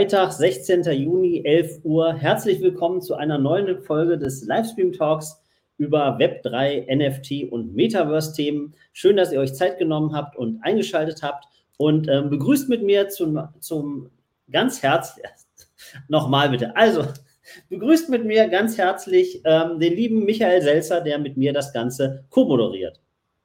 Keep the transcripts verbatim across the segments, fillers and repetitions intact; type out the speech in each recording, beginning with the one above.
Freitag, sechzehnten Juni, elf Uhr. Herzlich willkommen zu einer neuen Folge des Livestream-Talks über Web drei, N F T und Metaverse-Themen. Schön, dass ihr euch Zeit genommen habt und eingeschaltet habt. Und ähm, begrüßt mit mir zum, zum ganz herzlich, nochmal bitte, also begrüßt mit mir ganz herzlich ähm, den lieben Michael Selzer, der mit mir das Ganze co-moderiert.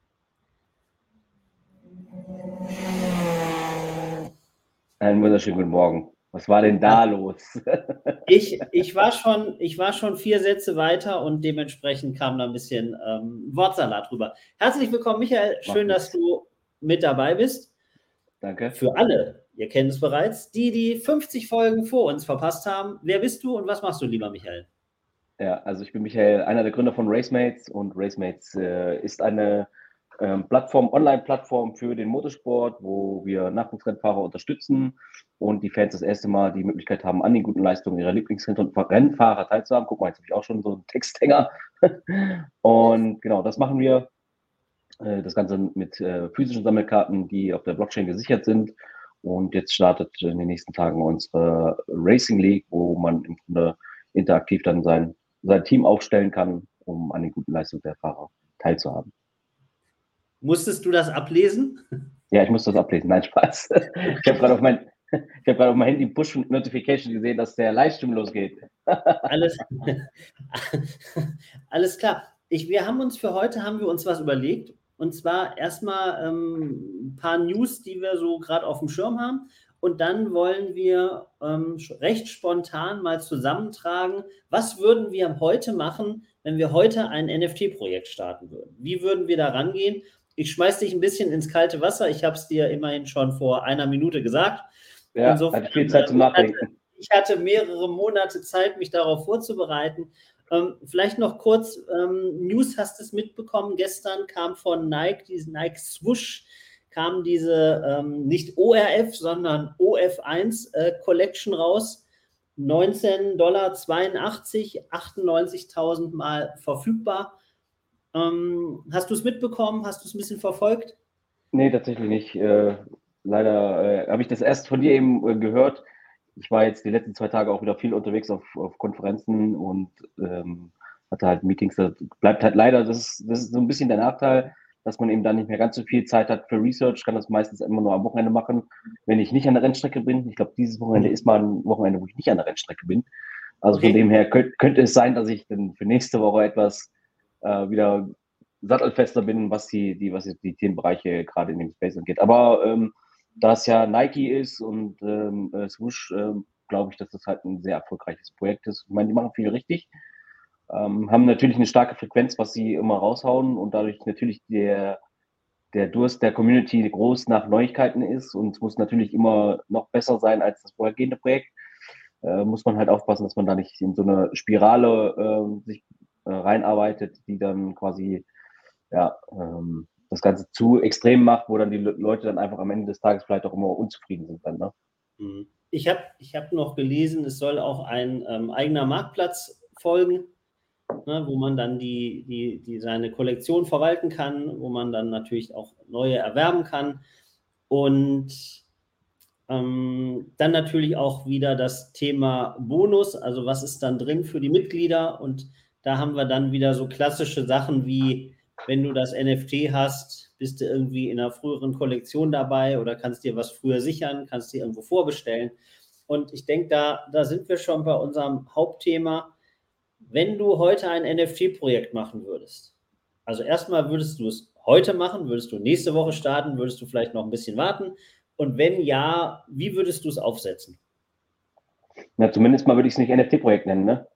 Einen wunderschönen guten Morgen. Was war denn da ja. los? ich, ich, war schon, ich war schon vier Sätze weiter und dementsprechend kam da ein bisschen ähm, Wortsalat rüber. Herzlich willkommen, Michael. Schön, dass du mit dabei bist. Danke. Für alle, ihr kennt es bereits, die, die fünfzig Folgen vor uns verpasst haben. Wer bist du und was machst du, lieber Michael? Ja, also ich bin Michael, einer der Gründer von Racemates, und Racemates äh, ist eine ähm, Plattform, Online-Plattform für den Motorsport, wo wir Nachwuchsrennfahrer unterstützen und die Fans das erste Mal die Möglichkeit haben, an den guten Leistungen ihrer Lieblingsrennfahrer teilzuhaben. Guck mal, jetzt habe ich auch schon so einen Texthänger. Und genau, das machen wir. Äh, das Ganze mit äh, physischen Sammelkarten, die auf der Blockchain gesichert sind. Und jetzt startet in den nächsten Tagen unsere Racing League, wo man im Grunde interaktiv dann sein sein Team aufstellen kann, um an den guten Leistungen der Fahrer teilzuhaben. Musstest du das ablesen? Ja, ich muss das ablesen. Nein, Spaß. Ich habe gerade auf mein, ich habe gerade auf mein Handy Push-Notification gesehen, dass der Livestream losgeht. Alles, alles klar. Ich, wir haben uns für heute haben wir uns was überlegt. Und zwar erstmal ähm, ein paar News, die wir so gerade auf dem Schirm haben. Und dann wollen wir ähm, recht spontan mal zusammentragen, was würden wir heute machen, wenn wir heute ein N F T-Projekt starten würden? Wie würden wir da rangehen? Ich schmeiß dich ein bisschen ins kalte Wasser. Ich habe es dir immerhin schon vor einer Minute gesagt. Ja, Insofern, hatte viel Zeit zum Nachdenken. hatte, ich hatte mehrere Monate Zeit, mich darauf vorzubereiten. Ähm, vielleicht noch kurz, ähm, News, hast du es mitbekommen, gestern kam von Nike, diese Nike Swoosh, kam diese ähm, nicht O R F, sondern O F eins äh, Collection raus. neunzehn Dollar zweiundachtzig, achtundneunzigtausend Mal verfügbar. Ähm, hast du es mitbekommen? Hast du es ein bisschen verfolgt? Nee, tatsächlich nicht. Äh, leider äh, habe ich das erst von dir eben äh, gehört. Ich war jetzt die letzten zwei Tage auch wieder viel unterwegs auf, auf Konferenzen und ähm, hatte halt Meetings. Das bleibt halt leider, das ist, das ist so ein bisschen der Nachteil, dass man eben dann nicht mehr ganz so viel Zeit hat für Research. Ich kann das meistens immer nur am Wochenende machen, wenn ich nicht an der Rennstrecke bin. Ich glaube, dieses Wochenende ist mal ein Wochenende, wo ich nicht an der Rennstrecke bin. Also Okay. von dem her könnt, könnte es sein, dass ich dann für nächste Woche etwas äh, wieder sattelfester bin, was die, die, was die Themenbereiche gerade in dem Space angeht. Aber ähm, da es ja Nike ist und ähm, Swoosh, ähm, glaube ich, dass das halt ein sehr erfolgreiches Projekt ist. Ich meine, die machen viel richtig, ähm, haben natürlich eine starke Frequenz, was sie immer raushauen, und dadurch natürlich der, der Durst der Community groß nach Neuigkeiten ist, und es muss natürlich immer noch besser sein als das vorhergehende Projekt. Äh, muss man halt aufpassen, dass man da nicht in so eine Spirale äh, sich äh, reinarbeitet, die dann quasi ja, ähm, das Ganze zu extrem macht, wo dann die Leute dann einfach am Ende des Tages vielleicht auch immer unzufrieden sind dann, ne? Ich habe ich hab noch gelesen, es soll auch ein ähm, eigener Marktplatz folgen, ne, wo man dann die, die, die seine Kollektion verwalten kann, wo man dann natürlich auch neue erwerben kann. Und ähm, dann natürlich auch wieder das Thema Bonus, also was ist dann drin für die Mitglieder. Und da haben wir dann wieder so klassische Sachen wie, wenn du das N F T hast, bist du irgendwie in einer früheren Kollektion dabei oder kannst dir was früher sichern, kannst dir irgendwo vorbestellen. Und ich denke, da, da sind wir schon bei unserem Hauptthema. Wenn du heute ein N F T-Projekt machen würdest, also erstmal würdest du es heute machen, würdest du nächste Woche starten, würdest du vielleicht noch ein bisschen warten? Und wenn ja, wie würdest du es aufsetzen? Na, zumindest mal würde ich es nicht N F T-Projekt nennen, ne?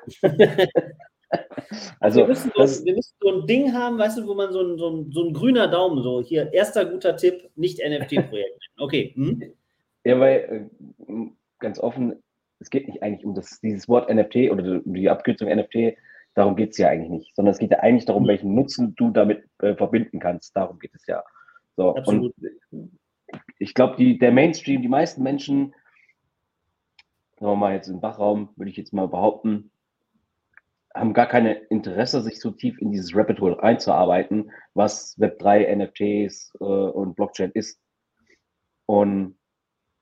Also, wir müssen, so, wir müssen so ein Ding haben, weißt du, wo man so ein, so ein, so ein grüner Daumen, so hier, erster guter Tipp, nicht N F T-Projekt. Okay. Hm? Ja, weil äh, ganz offen, es geht nicht eigentlich um das, dieses Wort N F T oder die Abkürzung N F T, darum geht es ja eigentlich nicht, sondern es geht ja eigentlich darum, welchen Nutzen du damit äh, verbinden kannst. Darum geht es ja. So, Absolut. Und ich glaube, der Mainstream, die meisten Menschen, sagen wir mal jetzt im Dachraum, würde ich jetzt mal behaupten, haben gar kein Interesse, sich so tief in dieses Rabbit Hole einzuarbeiten, was Web drei, N F Ts äh, und Blockchain ist. Und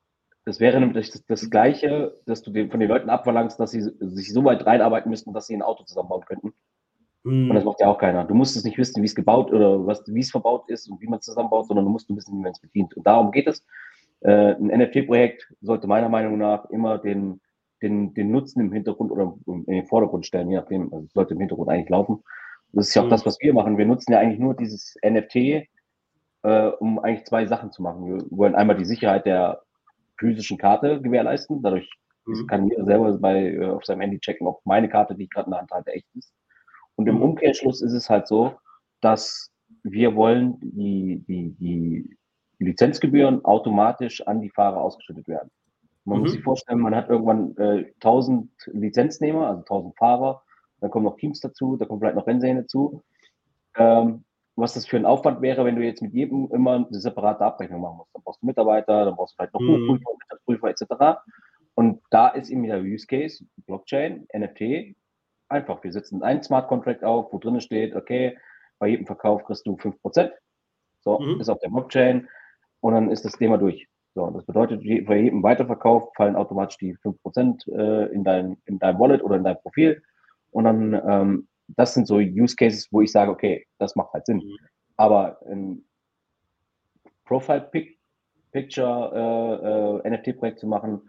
das wäre nämlich das, das Gleiche, dass du den, von den Leuten abverlangst, dass sie sich so weit reinarbeiten müssten, dass sie ein Auto zusammenbauen könnten. Mhm. Und das macht ja auch keiner. Du musst es nicht wissen, wie es gebaut oder was, wie es verbaut ist und wie man es zusammenbaut, sondern du musst wissen, wie man es bedient. Und darum geht es. Äh, ein N F T-Projekt sollte meiner Meinung nach immer den, den, den Nutzen im Hintergrund oder in den Vordergrund stellen, je nachdem. Also es sollte im Hintergrund eigentlich laufen. Das ist ja auch Mhm. das, was wir machen. Wir nutzen ja eigentlich nur dieses N F T, äh, um eigentlich zwei Sachen zu machen. Wir wollen einmal die Sicherheit der physischen Karte gewährleisten. Dadurch Mhm. kann jeder selber bei, äh, auf seinem Handy checken, ob meine Karte, die ich gerade in der Hand halte, echt ist. Und im Mhm. Umkehrschluss ist es halt so, dass wir wollen, die, die, die Lizenzgebühren automatisch an die Fahrer ausgeschüttet werden. Man muss sich Mhm. vorstellen, man hat irgendwann äh, tausend Lizenznehmer, also tausend Fahrer, dann kommen noch Teams dazu, da kommen vielleicht noch Rennserien dazu. Ähm, was das für ein Aufwand wäre, wenn du jetzt mit jedem immer eine separate Abrechnung machen musst. Dann brauchst du Mitarbeiter, dann brauchst du vielleicht noch Mhm. Buchprüfer, Wirtschaftsprüfer et cetera. Und da ist eben der Use Case, Blockchain, N F T, einfach. Wir setzen einen Smart Contract auf, wo drin steht, okay, bei jedem Verkauf kriegst du fünf Prozent. So, Mhm. ist auf der Blockchain und dann ist das Thema durch. So, das bedeutet, bei jedem Weiterverkauf fallen automatisch die fünf Prozent äh, in, dein, in dein Wallet oder in dein Profil. Und dann, ähm, das sind so Use Cases, wo ich sage, okay, das macht halt Sinn. Mhm. Aber ein Profile Pic Picture äh, äh, N F T-Projekt zu machen,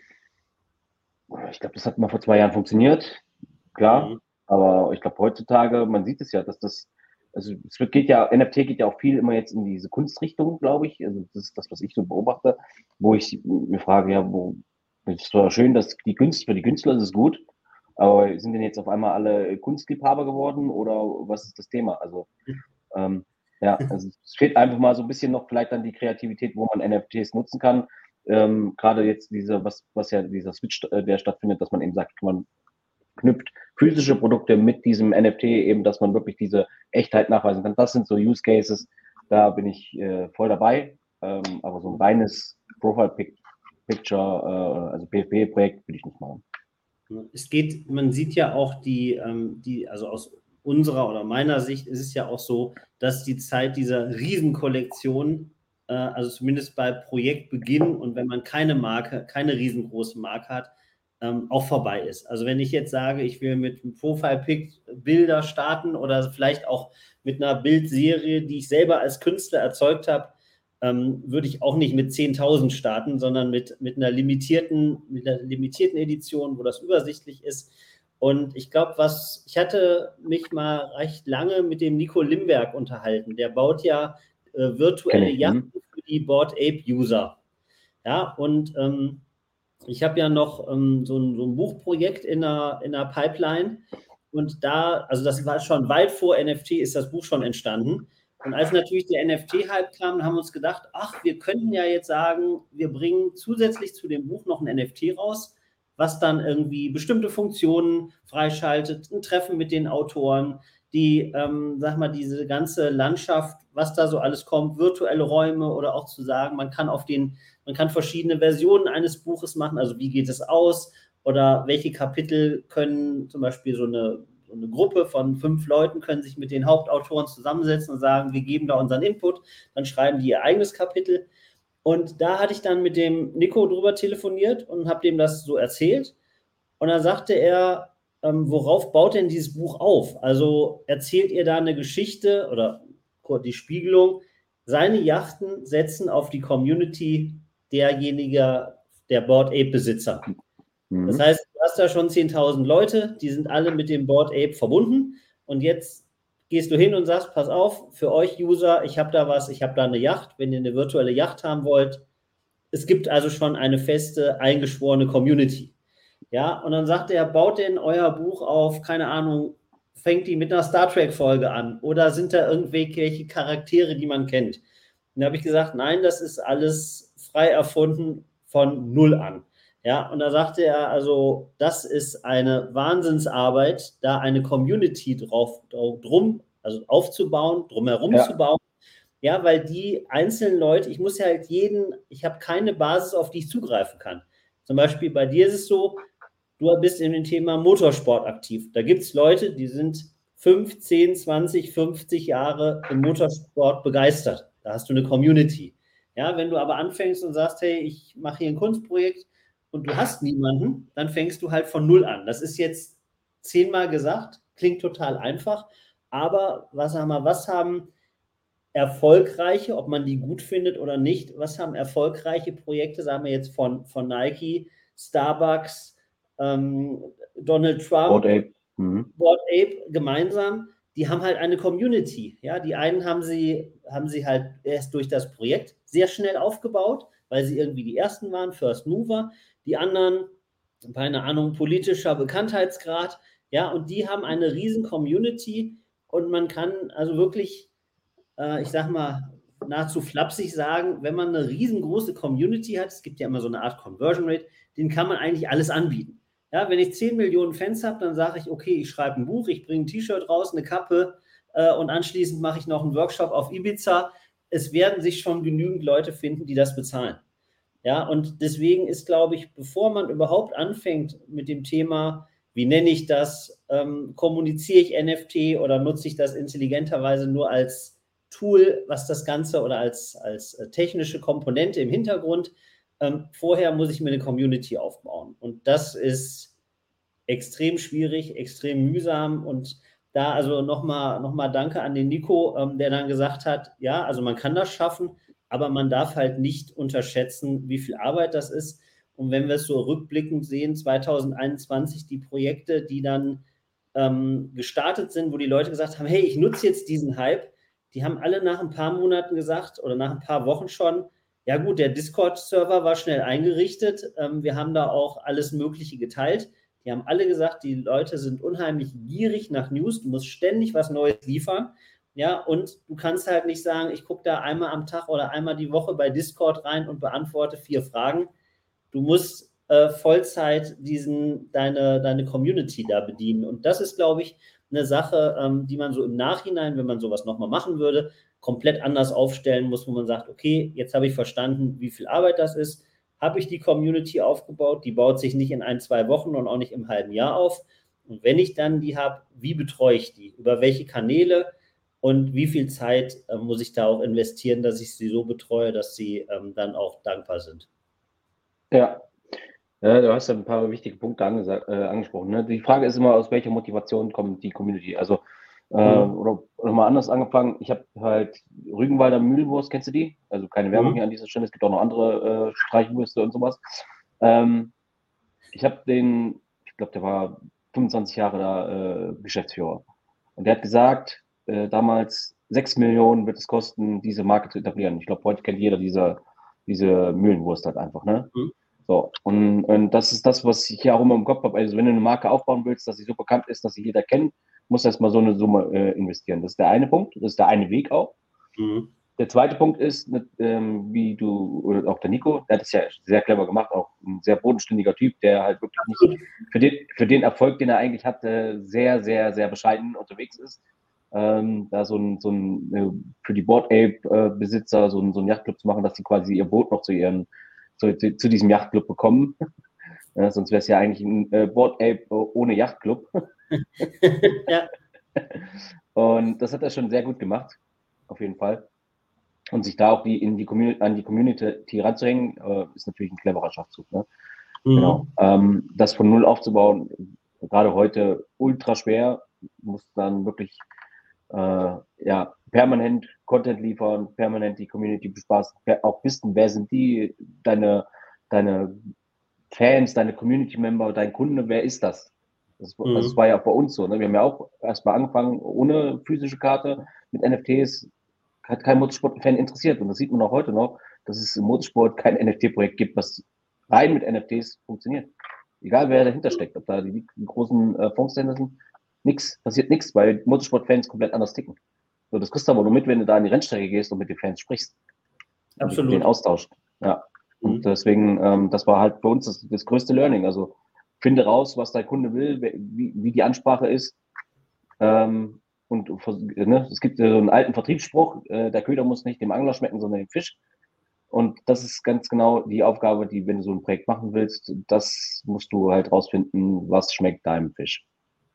ich glaube, das hat mal vor zwei Jahren funktioniert, klar. Mhm. Aber ich glaube, heutzutage, man sieht es ja, dass das, also es wird, geht ja, N F T geht ja auch viel immer jetzt in diese Kunstrichtung, glaube ich. Also das ist das, was ich so beobachte, wo ich mir frage, ja, wo, es ist zwar schön, dass die Kunst, für die Künstler ist es gut, aber sind denn jetzt auf einmal alle Kunstliebhaber geworden oder was ist das Thema? Also ähm, ja, also es fehlt einfach mal so ein bisschen noch vielleicht dann die Kreativität, wo man N F Ts nutzen kann. Ähm, gerade jetzt diese, was, was ja dieser Switch, äh, der stattfindet, dass man eben sagt, man knüpft physische Produkte mit diesem N F T eben, dass man wirklich diese Echtheit nachweisen kann. Das sind so Use Cases, da bin ich äh, voll dabei. Ähm, aber so ein reines Profile Picture, äh, also P F P-Projekt würde ich nicht machen. Es geht, man sieht ja auch die, ähm, die, also aus unserer oder meiner Sicht ist es ja auch so, dass die Zeit dieser Riesenkollektion, äh, also zumindest bei Projektbeginn und wenn man keine Marke, keine riesengroße Marke hat, ähm, auch vorbei ist. Also wenn ich jetzt sage, ich will mit einem Profile-Pic Bilder starten oder vielleicht auch mit einer Bildserie, die ich selber als Künstler erzeugt habe, ähm, würde ich auch nicht mit zehntausend starten, sondern mit, mit, einer limitierten, mit einer limitierten Edition, wo das übersichtlich ist. Und ich glaube, was, ich hatte mich mal recht lange mit dem Nico Limberg unterhalten. Der baut ja äh, virtuelle Kenne ich. Hm? Yachten für die Bored Ape User. Ja, und ähm, ich habe ja noch ähm, so, ein, so ein Buchprojekt in der, in der Pipeline. Und da, also das war schon weit vor N F T, ist das Buch schon entstanden. Und als natürlich der N F T-Hype kam, haben wir uns gedacht, ach, wir könnten ja jetzt sagen, wir bringen zusätzlich zu dem Buch noch ein N F T raus, was dann irgendwie bestimmte Funktionen freischaltet, ein Treffen mit den Autoren, die, ähm, sag mal, diese ganze Landschaft, was da so alles kommt, virtuelle Räume oder auch zu sagen, man kann auf den, man kann verschiedene Versionen eines Buches machen, also wie geht es aus oder welche Kapitel können zum Beispiel so eine so eine Gruppe von fünf Leuten können sich mit den Hauptautoren zusammensetzen und sagen, wir geben da unseren Input, dann schreiben die ihr eigenes Kapitel. Und da hatte ich dann mit dem Nico drüber telefoniert und habe dem das so erzählt. Und dann sagte er, ähm, worauf baut denn dieses Buch auf? Also erzählt ihr da eine Geschichte oder die Spiegelung? Seine Yachten setzen auf die Community derjenigen, der Bored Ape Besitzer. Das Mhm. heißt, du hast da schon zehntausend Leute, die sind alle mit dem Bored Ape verbunden und jetzt gehst du hin und sagst, pass auf, für euch User, ich habe da was, ich habe da eine Yacht, wenn ihr eine virtuelle Yacht haben wollt. Es gibt also schon eine feste, eingeschworene Community. Ja, und dann sagt er, baut denn euer Buch auf, keine Ahnung, fängt die mit einer Star Trek-Folge an oder sind da irgendwelche Charaktere, die man kennt? Und da habe ich gesagt, nein, das ist alles frei erfunden von null an. Ja, und da sagte er, also das ist eine Wahnsinnsarbeit, da eine Community drauf, drum, also aufzubauen, drumherum Ja. zu bauen. Ja, weil die einzelnen Leute, ich muss ja halt jeden, ich habe keine Basis, auf die ich zugreifen kann. Zum Beispiel bei dir ist es so, du bist in dem Thema Motorsport aktiv. Da gibt es Leute, die sind fünf, zehn, zwanzig, fünfzig Jahre im Motorsport begeistert. Da hast du eine Community. Ja, wenn du aber anfängst und sagst, hey, ich mache hier ein Kunstprojekt und du hast niemanden, dann fängst du halt von null an. Das ist jetzt zehnmal gesagt, klingt total einfach, aber was haben wir, was haben erfolgreiche, ob man die gut findet oder nicht, was haben erfolgreiche Projekte, sagen wir jetzt von, von Nike, Starbucks, ähm, Donald Trump, Bored Ape. Mhm. Bored Ape gemeinsam? Die haben halt eine Community. Ja, die einen haben sie, haben sie halt erst durch das Projekt sehr schnell aufgebaut, weil sie irgendwie die ersten waren, First Mover. Die anderen, keine Ahnung, politischer Bekanntheitsgrad. Ja, und die haben eine riesen Community und man kann also wirklich, äh, ich sag mal, nahezu flapsig sagen, wenn man eine riesengroße Community hat, es gibt ja immer so eine Art Conversion Rate, den kann man eigentlich alles anbieten. Ja, wenn ich zehn Millionen Fans habe, dann sage ich, okay, ich schreibe ein Buch, ich bringe ein T-Shirt raus, eine Kappe äh, und anschließend mache ich noch einen Workshop auf Ibiza. Es werden sich schon genügend Leute finden, die das bezahlen. Ja, und deswegen ist, glaube ich, bevor man überhaupt anfängt mit dem Thema, wie nenne ich das, ähm, kommuniziere ich N F T oder nutze ich das intelligenterweise nur als Tool, was das Ganze oder als, als äh, technische Komponente im Hintergrund, ähm, vorher muss ich mir eine Community aufbauen. Und das ist extrem schwierig, extrem mühsam und da also nochmal noch mal danke an den Nico, ähm, der dann gesagt hat, ja, also man kann das schaffen, aber man darf halt nicht unterschätzen, wie viel Arbeit das ist. Und wenn wir es so rückblickend sehen, zwanzig einundzwanzig, die Projekte, die dann ähm, gestartet sind, wo die Leute gesagt haben, hey, ich nutze jetzt diesen Hype, die haben alle nach ein paar Monaten gesagt oder nach ein paar Wochen schon, ja gut, der Discord-Server war schnell eingerichtet, ähm, wir haben da auch alles Mögliche geteilt. Die haben alle gesagt, die Leute sind unheimlich gierig nach News, du musst ständig was Neues liefern. Ja, und du kannst halt nicht sagen, ich gucke da einmal am Tag oder einmal die Woche bei Discord rein und beantworte vier Fragen. Du musst äh, Vollzeit diesen, deine, deine Community da bedienen. Und das ist, glaube ich, eine Sache, ähm, die man so im Nachhinein, wenn man sowas nochmal machen würde, komplett anders aufstellen muss, wo man sagt, okay, jetzt habe ich verstanden, wie viel Arbeit das ist, habe ich die Community aufgebaut, die baut sich nicht in ein, zwei Wochen und auch nicht im halben Jahr auf. Und wenn ich dann die habe, wie betreue ich die? Über welche Kanäle? Und wie viel Zeit äh, muss ich da auch investieren, dass ich sie so betreue, dass sie ähm, dann auch dankbar sind? Ja. Ja, du hast ja ein paar wichtige Punkte angesa- äh, angesprochen. Ne? Die Frage ist immer, aus welcher Motivation kommt die Community? Also, äh, Mhm. oder, oder mal anders angefangen, ich habe halt Rügenwalder Mühlenwurst, kennst du die? Also keine Werbung hier Mhm. an dieser Stelle, es gibt auch noch andere äh, Streichwürste und sowas. Ähm, ich habe den, ich glaube, der war fünfundzwanzig Jahre da äh, Geschäftsführer. Und der hat gesagt, äh, damals sechs Millionen wird es kosten, diese Marke zu etablieren. Ich glaube, heute kennt jeder diese, diese Mühlenwurst halt einfach, ne? Mhm. So, und, und das ist das, was ich ja auch immer im Kopf habe. Also, wenn du eine Marke aufbauen willst, dass sie so bekannt ist, dass sie jeder kennt, musst du erstmal so eine Summe äh, investieren. Das ist der eine Punkt, das ist der eine Weg auch. Mhm. Der zweite Punkt ist, mit, ähm, wie du, oder auch der Nico, der hat es ja sehr clever gemacht, auch ein sehr bodenständiger Typ, der halt wirklich nicht für den, für den Erfolg, den er eigentlich hat, äh, sehr, sehr, sehr bescheiden unterwegs ist. Ähm, da so ein, so ein äh, für die Bored Ape-Besitzer so ein, so ein Yachtclub zu machen, dass sie quasi ihr Boot noch zu ihren, zu, zu, zu diesem Yachtclub bekommen. Ja, sonst wäre es ja eigentlich ein äh, Bored Ape ohne Yachtclub. Ja. Und das hat er schon sehr gut gemacht, auf jeden Fall. Und sich da auch die, in die Community, an die Community ranzuhängen, äh, ist natürlich ein cleverer Schachzug. Ne? Genau. Mhm. Ähm, das von null aufzubauen, gerade heute ultra schwer, muss dann wirklich äh, ja, permanent Content liefern, permanent die Community bespaßen, auch wissen, wer sind die, deine, deine Fans, deine Community-Member, dein Kunde, wer ist das? Das, also es Mhm. war ja auch bei uns so. Ne? Wir haben ja auch erstmal angefangen ohne physische Karte mit N F Ts. Hat kein Motorsport-Fan interessiert. Und das sieht man auch heute noch, dass es im Motorsport kein N F T-Projekt gibt, was rein mit N F Ts funktioniert. Egal wer dahinter steckt, ob da die, die großen äh, Fonds dahinter sind, nix, passiert nichts, weil Motorsport-Fans komplett anders ticken. So, das kriegst du aber nur mit, wenn du da an die Rennstrecke gehst und mit den Fans sprichst und dich mit denen Absolut. austauscht. Ja. Und Mhm. deswegen, ähm, das war halt bei uns das, das größte Learning. Also finde raus, was dein Kunde will, wie, wie die Ansprache ist. Ähm, und ne, es gibt so einen alten Vertriebsspruch, äh, der Köder muss nicht dem Angler schmecken, sondern dem Fisch. Und das ist ganz genau die Aufgabe, die, wenn du so ein Projekt machen willst, das musst du halt rausfinden, was schmeckt deinem Fisch.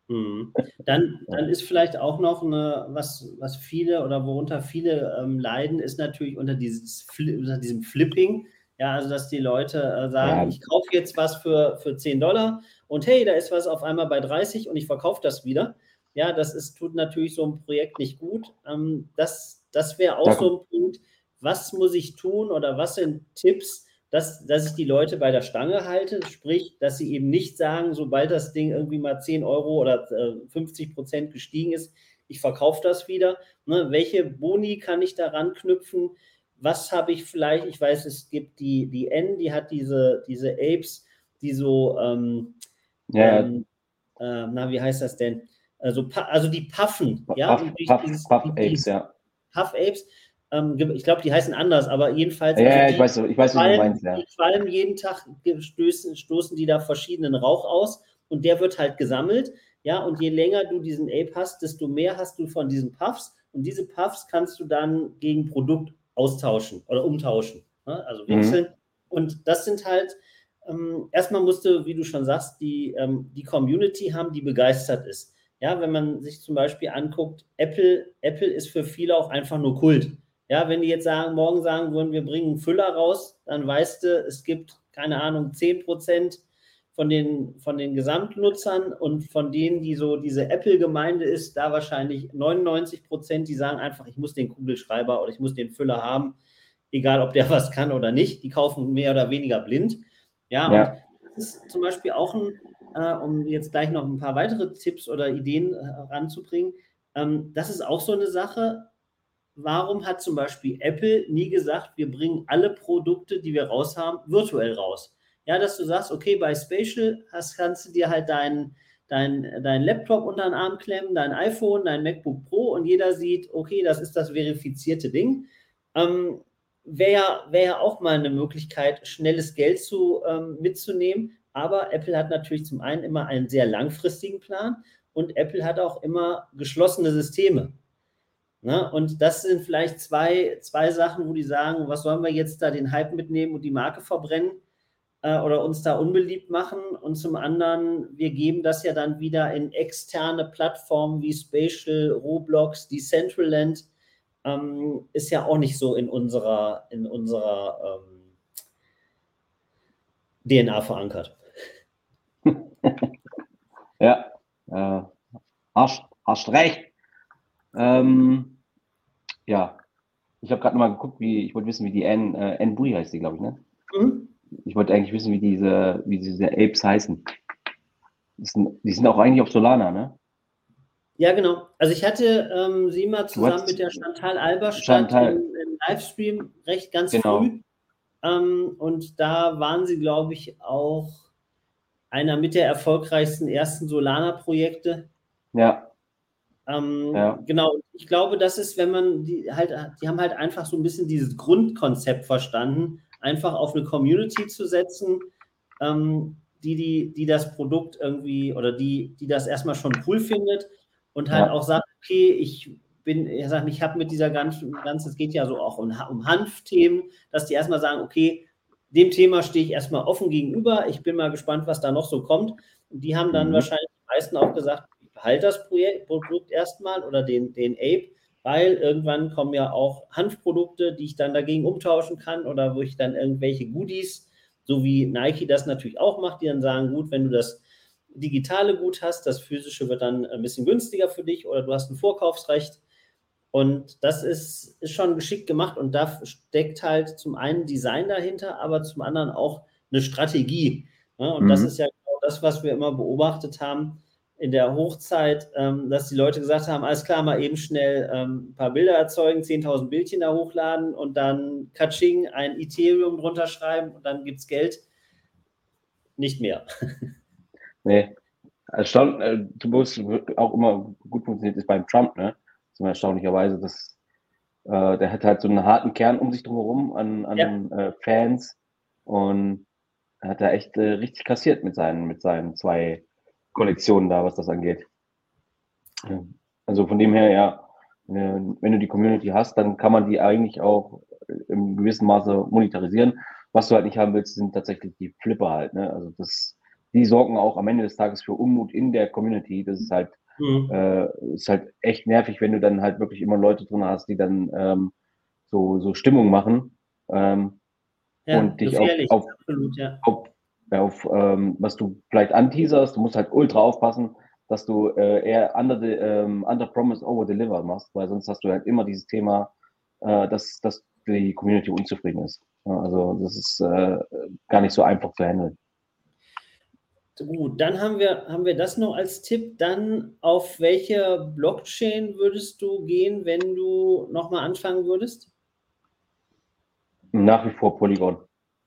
Mhm. Dann, dann ist vielleicht auch noch eine, was, was viele oder worunter viele ähm, leiden, ist natürlich unter, dieses, unter diesem Flipping. Ja, also dass die Leute äh, sagen, Ja. ich kaufe jetzt was für, für zehn Dollar und hey, da ist was auf einmal bei dreißig und ich verkaufe das wieder. Ja, das ist, tut natürlich so ein Projekt nicht gut. Ähm, das das wäre auch Da, so ein Punkt, was muss ich tun oder was sind Tipps, dass, dass ich die Leute bei der Stange halte, sprich, dass sie eben nicht sagen, sobald das Ding irgendwie mal zehn Euro oder äh, fünfzig Prozent gestiegen ist, ich verkaufe das wieder. Ne? Welche Boni kann ich daran knüpfen? Was habe ich vielleicht? Ich weiß, es gibt die, die N, die hat diese, diese Apes, die so, ähm, ja, ähm, äh, na, wie heißt das denn? Also, also die Puffen, ja, Puff, und durch Puff, dieses, Puff Apes, dieses ja. Puff Apes, ähm, ich glaube, die heißen anders, aber jedenfalls, Ja, also ja, ich die weiß, ich weiß, was du qualmen, meinst, ja. die qualmen jeden Tag, stoßen, stoßen die da verschiedenen Rauch aus und der wird halt gesammelt, ja, und je länger du diesen Ape hast, desto mehr hast du von diesen Puffs und diese Puffs kannst du dann gegen Produkt austauschen oder umtauschen, ne? Also wechseln. Mhm. Und das sind halt, ähm, erstmal musste, wie du schon sagst, die, ähm, die Community haben, die begeistert ist. Ja, wenn man sich zum Beispiel anguckt, Apple, Apple ist für viele auch einfach nur Kult. Ja, wenn die jetzt sagen, morgen sagen würden, wir bringen einen Füller raus, dann weißt du, es gibt, keine Ahnung, zehn Prozent von den, von den Gesamtnutzern und von denen, die so diese Apple-Gemeinde ist, da wahrscheinlich neunundneunzig Prozent, die sagen einfach, ich muss den Kugelschreiber oder ich muss den Füller haben, egal ob der was kann oder nicht. Die kaufen mehr oder weniger blind. Ja, und Ja. das ist zum Beispiel auch ein, äh, um jetzt gleich noch ein paar weitere Tipps oder Ideen äh, ranzubringen, ähm, das ist auch so eine Sache. Warum hat zum Beispiel Apple nie gesagt, wir bringen alle Produkte, die wir raus haben, virtuell raus? Ja, dass du sagst, okay, bei Spatial hast, kannst du dir halt deinen dein, dein Laptop unter den Arm klemmen, dein iPhone, dein MacBook Pro und jeder sieht, okay, das ist das verifizierte Ding. Ähm, Wäre ja, wär ja auch mal eine Möglichkeit, schnelles Geld zu, ähm, mitzunehmen. Aber Apple hat natürlich zum einen immer einen sehr langfristigen Plan und Apple hat auch immer geschlossene Systeme. Ne? Und das sind vielleicht zwei, zwei Sachen, wo die sagen, was sollen wir jetzt da den Hype mitnehmen und die Marke verbrennen äh, oder uns da unbeliebt machen. Und zum anderen, wir geben das ja dann wieder in externe Plattformen wie Spatial, Roblox, Decentraland. Ähm, ist ja auch nicht so in unserer, in unserer ähm, D N A verankert. Ja, äh, hast, hast recht. Ähm, ja, ich habe gerade mal geguckt, wie, ich wollte wissen, wie die N, äh, N Bui heißt die, glaube ich, ne? Mhm. Ich wollte eigentlich wissen, wie diese, wie diese Apes heißen. Die sind, die sind auch eigentlich auf Solana, ne? Ja, genau. Also ich hatte ähm, sie mal Du zusammen mit hast der Chantal Alberstadt im, Chantal, im Livestream recht ganz genau. früh. Ähm, und da waren sie, glaube ich, auch einer mit der erfolgreichsten ersten Solana-Projekte. Ja, Ähm, ja, genau, ich glaube, das ist, wenn man die halt, die haben halt einfach so ein bisschen dieses Grundkonzept verstanden, einfach auf eine Community zu setzen, ähm, die, die, die das Produkt irgendwie oder die, die das erstmal schon cool findet und halt ja, auch sagt, okay, ich bin, ich sag, ich habe mit dieser ganzen, ganzen, es geht ja so auch um, um Hanfthemen, dass die erstmal sagen, okay, dem Thema stehe ich erstmal offen gegenüber, ich bin mal gespannt, was da noch so kommt. Und die haben dann mhm. wahrscheinlich die meisten auch gesagt, ich behalte das Projekt, Produkt erstmal oder den, den Ape, weil irgendwann kommen ja auch Hanfprodukte, die ich dann dagegen umtauschen kann oder wo ich dann irgendwelche Goodies, so wie Nike das natürlich auch macht, die dann sagen, gut, wenn du das digitale Gut hast, das physische wird dann ein bisschen günstiger für dich oder du hast ein Vorkaufsrecht. Und das ist, ist schon geschickt gemacht und da steckt halt zum einen Design dahinter, aber zum anderen auch eine Strategie. Ne? Und das ist Mhm. ja genau das, was wir immer beobachtet haben in der Hochzeit, ähm, dass die Leute gesagt haben, alles klar, mal eben schnell ähm, ein paar Bilder erzeugen, zehntausend Bildchen da hochladen und dann Katsching, ein Ethereum drunter schreiben und dann gibt es Geld. Nicht mehr. Nee. Erstaun äh, wo es auch immer gut funktioniert, ist beim Trump, ne? So erstaunlicherweise, dass äh, der hat halt so einen harten Kern um sich drumherum an, Ja. an äh, Fans und hat da echt äh, richtig kassiert mit seinen, mit seinen zwei Kollektionen da, was das angeht. Ja. Also von dem her, ja, äh, wenn du die Community hast, dann kann man die eigentlich auch im gewissen Maße monetarisieren. Was du halt nicht haben willst, sind tatsächlich die Flipper halt, ne? Also das, die sorgen auch am Ende des Tages für Unmut in der Community. Das ist halt, mhm. äh, ist halt echt nervig, wenn du dann halt wirklich immer Leute drin hast, die dann ähm, so, so Stimmung machen ähm, ja, und dich auf, auf, absolut, ja. auf, auf ähm, was du vielleicht anteaserst. Du musst halt ultra aufpassen, dass du äh, eher under, the, ähm, under promise over deliver machst, weil sonst hast du halt immer dieses Thema, äh, dass, dass die Community unzufrieden ist. Ja, also das ist äh, gar nicht so einfach zu handeln. Gut, dann haben wir, haben wir das noch als Tipp. Dann auf welche Blockchain würdest du gehen, wenn du nochmal anfangen würdest? Nach wie vor Polygon.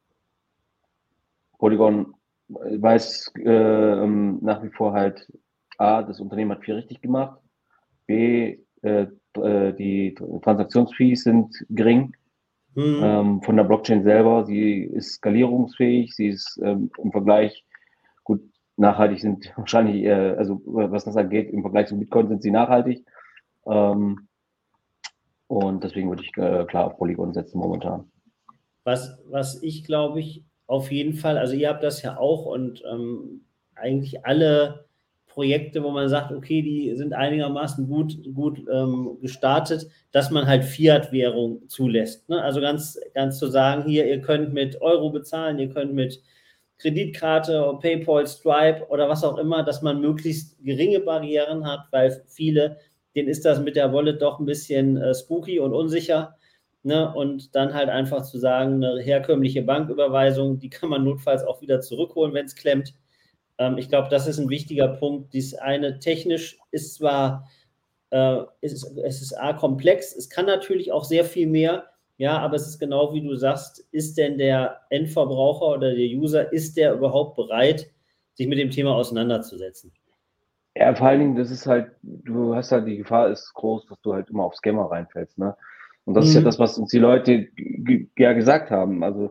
Polygon weiß äh, nach wie vor halt, A, das Unternehmen hat viel richtig gemacht, B, äh, die Transaktionsfees sind gering mhm. ähm, von der Blockchain selber. Sie ist skalierungsfähig, sie ist ähm, im Vergleich, gut, nachhaltig sind wahrscheinlich, äh, also was das angeht, im Vergleich zu Bitcoin sind sie nachhaltig. Ähm, und deswegen würde ich äh, klar auf Polygon setzen momentan. Was, was ich glaube ich auf jeden Fall, also ihr habt das ja auch und ähm, eigentlich alle Projekte, wo man sagt, okay, die sind einigermaßen gut, gut ähm, gestartet, dass man halt Fiat-Währung zulässt. Ne? Also ganz, ganz zu sagen, hier, ihr könnt mit Euro bezahlen, ihr könnt mit Kreditkarte, PayPal, Stripe oder was auch immer, dass man möglichst geringe Barrieren hat, weil viele, denen ist das mit der Wallet doch ein bisschen äh, spooky und unsicher. Ne? Und dann halt einfach zu sagen, eine herkömmliche Banküberweisung, die kann man notfalls auch wieder zurückholen, wenn es klemmt. Ähm, ich glaube, das ist ein wichtiger Punkt. Dies eine technisch ist zwar, äh, ist, es ist A, komplex, es kann natürlich auch sehr viel mehr, ja, aber es ist genau wie du sagst, ist denn der Endverbraucher oder der User, ist der überhaupt bereit, sich mit dem Thema auseinanderzusetzen? Ja, vor allen Dingen, das ist halt, du hast halt, die Gefahr ist groß, dass du halt immer auf Scammer reinfällst, ne? Und das mhm. ist ja das, was uns die Leute ja gesagt haben. Also,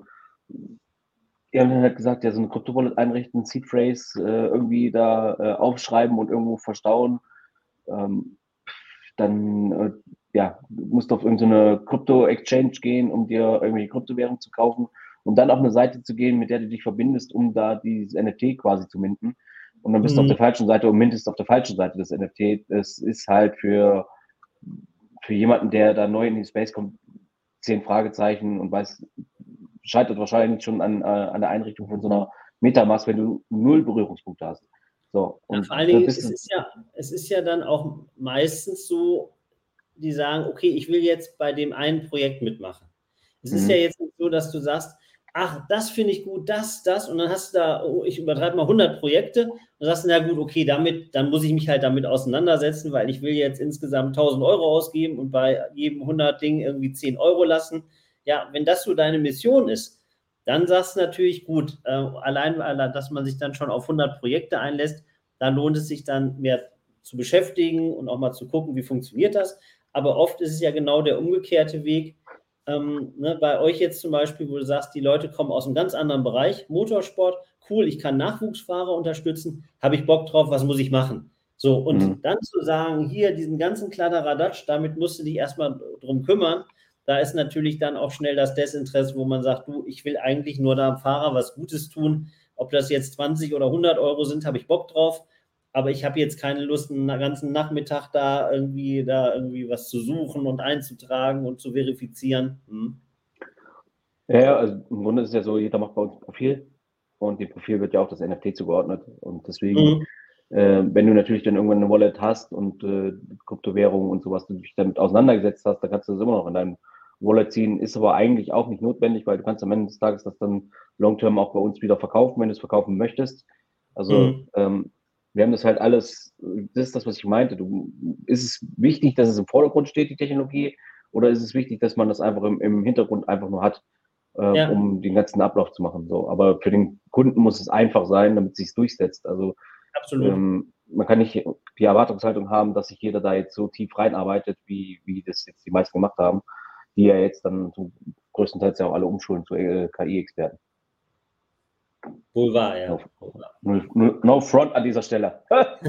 die haben dann halt gesagt, ja, so eine Krypto-Wallet einrichten, Seed-Phrase äh, irgendwie da äh, aufschreiben und irgendwo verstauen. Ähm, dann, äh, ja, musst du auf irgendeine Krypto-Exchange gehen, um dir irgendwelche Kryptowährungen zu kaufen und dann auf eine Seite zu gehen, mit der du dich verbindest, um da dieses N F T quasi zu minten. Und dann bist mhm. du auf der falschen Seite und mintest auf der falschen Seite des N F T. Das ist halt für, für jemanden, der da neu in die Space kommt, zehn Fragezeichen und weiß, scheitert wahrscheinlich schon an, äh, an der Einrichtung von so einer Metamask, wenn du null Berührungspunkte hast. So, und ja, vor allen Dingen, es ist, ja, es ist ja dann auch meistens so, die sagen, okay, ich will jetzt bei dem einen Projekt mitmachen. Es mhm. ist ja jetzt nicht so, dass du sagst, ach, das finde ich gut, das, das, und dann hast du da, oh, ich übertreibe mal hundert Projekte und sagst, na gut, okay, damit, dann muss ich mich halt damit auseinandersetzen, weil ich will jetzt insgesamt tausend Euro ausgeben und bei jedem hundert Ding irgendwie zehn Euro lassen. Ja, wenn das so deine Mission ist, dann sagst du natürlich, gut, äh, allein, dass man sich dann schon auf hundert Projekte einlässt, da lohnt es sich dann mehr zu beschäftigen und auch mal zu gucken, wie funktioniert das. Aber oft ist es ja genau der umgekehrte Weg. Ähm, ne, bei euch jetzt zum Beispiel, wo du sagst, die Leute kommen aus einem ganz anderen Bereich, Motorsport, cool, ich kann Nachwuchsfahrer unterstützen, habe ich Bock drauf, was muss ich machen? So, und mhm. dann zu sagen, hier, diesen ganzen Kladderadatsch, damit musst du dich erstmal drum kümmern, da ist natürlich dann auch schnell das Desinteresse, wo man sagt, du, ich will eigentlich nur da am Fahrer was Gutes tun, ob das jetzt zwanzig oder hundert Euro sind, habe ich Bock drauf, aber ich habe jetzt keine Lust, einen ganzen Nachmittag da irgendwie, da irgendwie was zu suchen und einzutragen und zu verifizieren. Hm. Ja, also im Grunde ist es ja so, jeder macht bei uns ein Profil und dem Profil wird ja auch das N F T zugeordnet. Und deswegen, mhm. äh, wenn du natürlich dann irgendwann eine Wallet hast und äh, Kryptowährungen und sowas, du dich damit auseinandergesetzt hast, dann kannst du das immer noch in deinem Wallet ziehen, ist aber eigentlich auch nicht notwendig, weil du kannst am Ende des Tages das dann long-term auch bei uns wieder verkaufen, wenn du es verkaufen möchtest. Also mhm. ähm, wir haben das halt alles, das ist das, was ich meinte. Du, ist es wichtig, dass es im Vordergrund steht, die Technologie, oder ist es wichtig, dass man das einfach im, im Hintergrund einfach nur hat, äh, ja. um den ganzen Ablauf zu machen? So, aber für den Kunden muss es einfach sein, damit es sich durchsetzt. Also absolut. Ähm, man kann nicht die Erwartungshaltung haben, dass sich jeder da jetzt so tief reinarbeitet, wie, wie das jetzt die meisten gemacht haben, die ja jetzt dann so größtenteils ja auch alle umschulen zu äh, K I-Experten. Wohl wahr, ja. No, no, no front an dieser Stelle.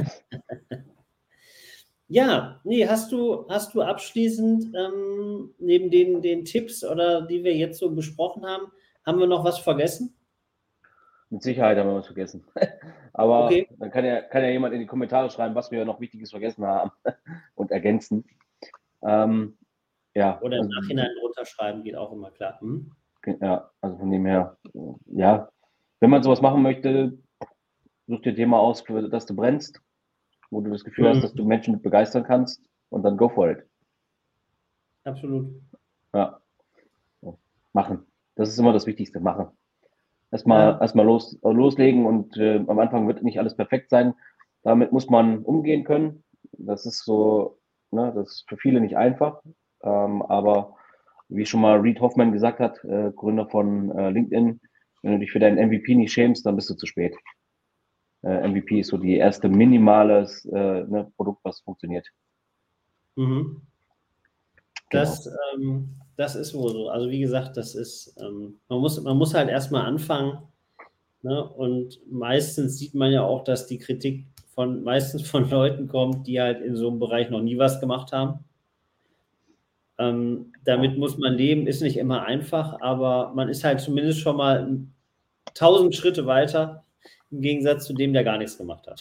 Ja, nee, hast du, hast du abschließend ähm, neben den, den Tipps oder die wir jetzt so besprochen haben, haben wir noch was vergessen? Mit Sicherheit haben wir was vergessen. Aber Okay. dann kann ja, kann ja jemand in die Kommentare schreiben, was wir noch Wichtiges vergessen haben und ergänzen. Ähm, ja, Oder im also, Nachhinein drunter schreiben, geht auch immer klar. Hm? ja, also von dem her, ja, wenn man sowas machen möchte, such dir ein Thema aus, für das du brennst, wo du das Gefühl Mhm. hast, dass du Menschen mit begeistern kannst und dann go for it. Absolut. Ja, machen. Das ist immer das Wichtigste, machen. Erstmal Ja. erstmal los, loslegen und äh, am Anfang wird nicht alles perfekt sein. Damit muss man umgehen können. Das ist so, ne, das ist für viele nicht einfach. Ähm, aber wie schon mal Reid Hoffman gesagt hat, äh, Gründer von äh, LinkedIn, wenn du dich für deinen M V P nicht schämst, dann bist du zu spät. Äh, M V P ist so die erste minimales äh, ne, Produkt, was funktioniert. Mhm. Genau. Das, ähm, das ist wohl so. Also wie gesagt, das ist, ähm, man muss, man muss halt erstmal anfangen. Ne? Und meistens sieht man ja auch, dass die Kritik von meistens von Leuten kommt, die halt in so einem Bereich noch nie was gemacht haben. Ähm, damit muss man leben, ist nicht immer einfach, aber man ist halt zumindest schon mal tausend Schritte weiter, im Gegensatz zu dem, der gar nichts gemacht hat.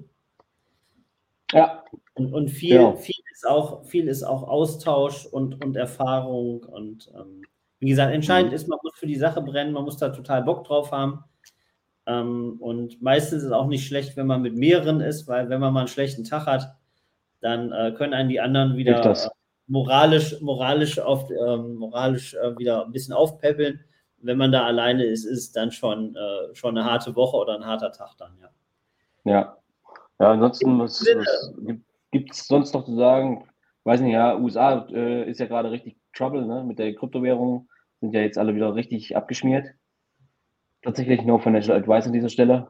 Ja. Und, und viel, Genau. viel, ist auch, viel ist auch Austausch und, und Erfahrung. Und ähm, wie gesagt, entscheidend Mhm. ist, man muss für die Sache brennen, man muss da total Bock drauf haben. Ähm, und meistens ist es auch nicht schlecht, wenn man mit mehreren ist, weil wenn man mal einen schlechten Tag hat, dann äh, können einen die anderen Hilft wieder das. äh, moralisch, moralisch, auf, ähm, moralisch äh, wieder ein bisschen aufpäppeln. Wenn man da alleine ist, ist es dann schon, äh, schon eine harte Woche oder ein harter Tag dann, ja. Ja. Ja, ansonsten, was, was gibt es sonst noch zu sagen? Weiß nicht, ja, U S A äh, ist ja gerade richtig Trouble, ne? Mit der Kryptowährung sind ja jetzt alle wieder richtig abgeschmiert. Tatsächlich no financial advice an dieser Stelle.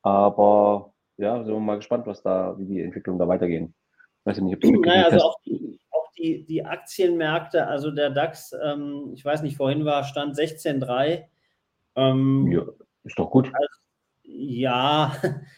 Aber ja, sind wir mal gespannt, was da, wie die Entwicklungen da weitergehen. Weiß ich nicht, ob du es Naja, mitgekriegt also hast. auch die, auch die, die Aktienmärkte, also der DAX, ähm, ich weiß nicht, vorhin war Stand sechzehn Komma drei. Ähm, Ja, ist doch gut. also, ja,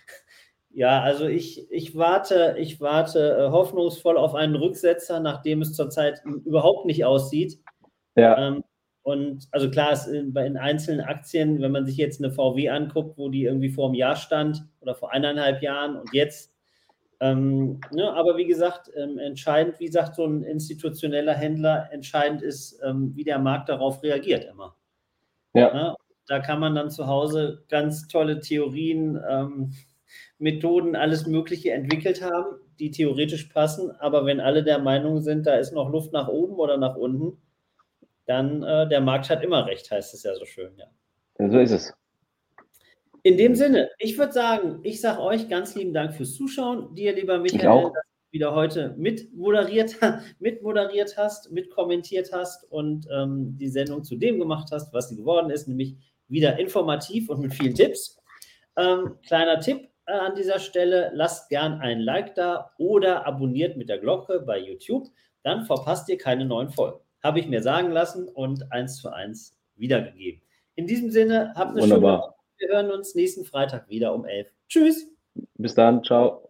ja, also ich, ich warte, ich warte äh, hoffnungsvoll auf einen Rücksetzer, nachdem es zurzeit überhaupt nicht aussieht. Ja, Ähm, und also klar, es in, bei in einzelnen Aktien, wenn man sich jetzt eine V W anguckt, wo die irgendwie vor einem Jahr stand oder vor eineinhalb Jahren und jetzt, ähm, ne, aber wie gesagt, ähm, entscheidend, wie sagt so ein institutioneller Händler, entscheidend ist, ähm, wie der Markt darauf reagiert immer. ja, Ne? Da kann man dann zu Hause ganz tolle Theorien, ähm, Methoden, alles Mögliche entwickelt haben, die theoretisch passen, aber wenn alle der Meinung sind, da ist noch Luft nach oben oder nach unten, dann äh, der Markt hat immer recht, heißt es ja so schön, ja. so ist es. In dem Sinne, ich würde sagen, ich sage euch ganz lieben Dank fürs Zuschauen. Dir, lieber Ich Michael, auch. dass du wieder heute mitmoderiert, mitmoderiert hast, mitkommentiert hast und ähm, die Sendung zu dem gemacht hast, was sie geworden ist, nämlich wieder informativ und mit vielen Tipps. Ähm, kleiner Tipp äh, an dieser Stelle, lasst gern ein Like da oder abonniert mit der Glocke bei YouTube, dann verpasst ihr keine neuen Folgen. Habe ich mir sagen lassen und eins zu eins wiedergegeben. In diesem Sinne, habt eine schöne Wunderbar. Woche. Wir hören uns nächsten Freitag wieder um elf. Tschüss. Bis dann. Ciao.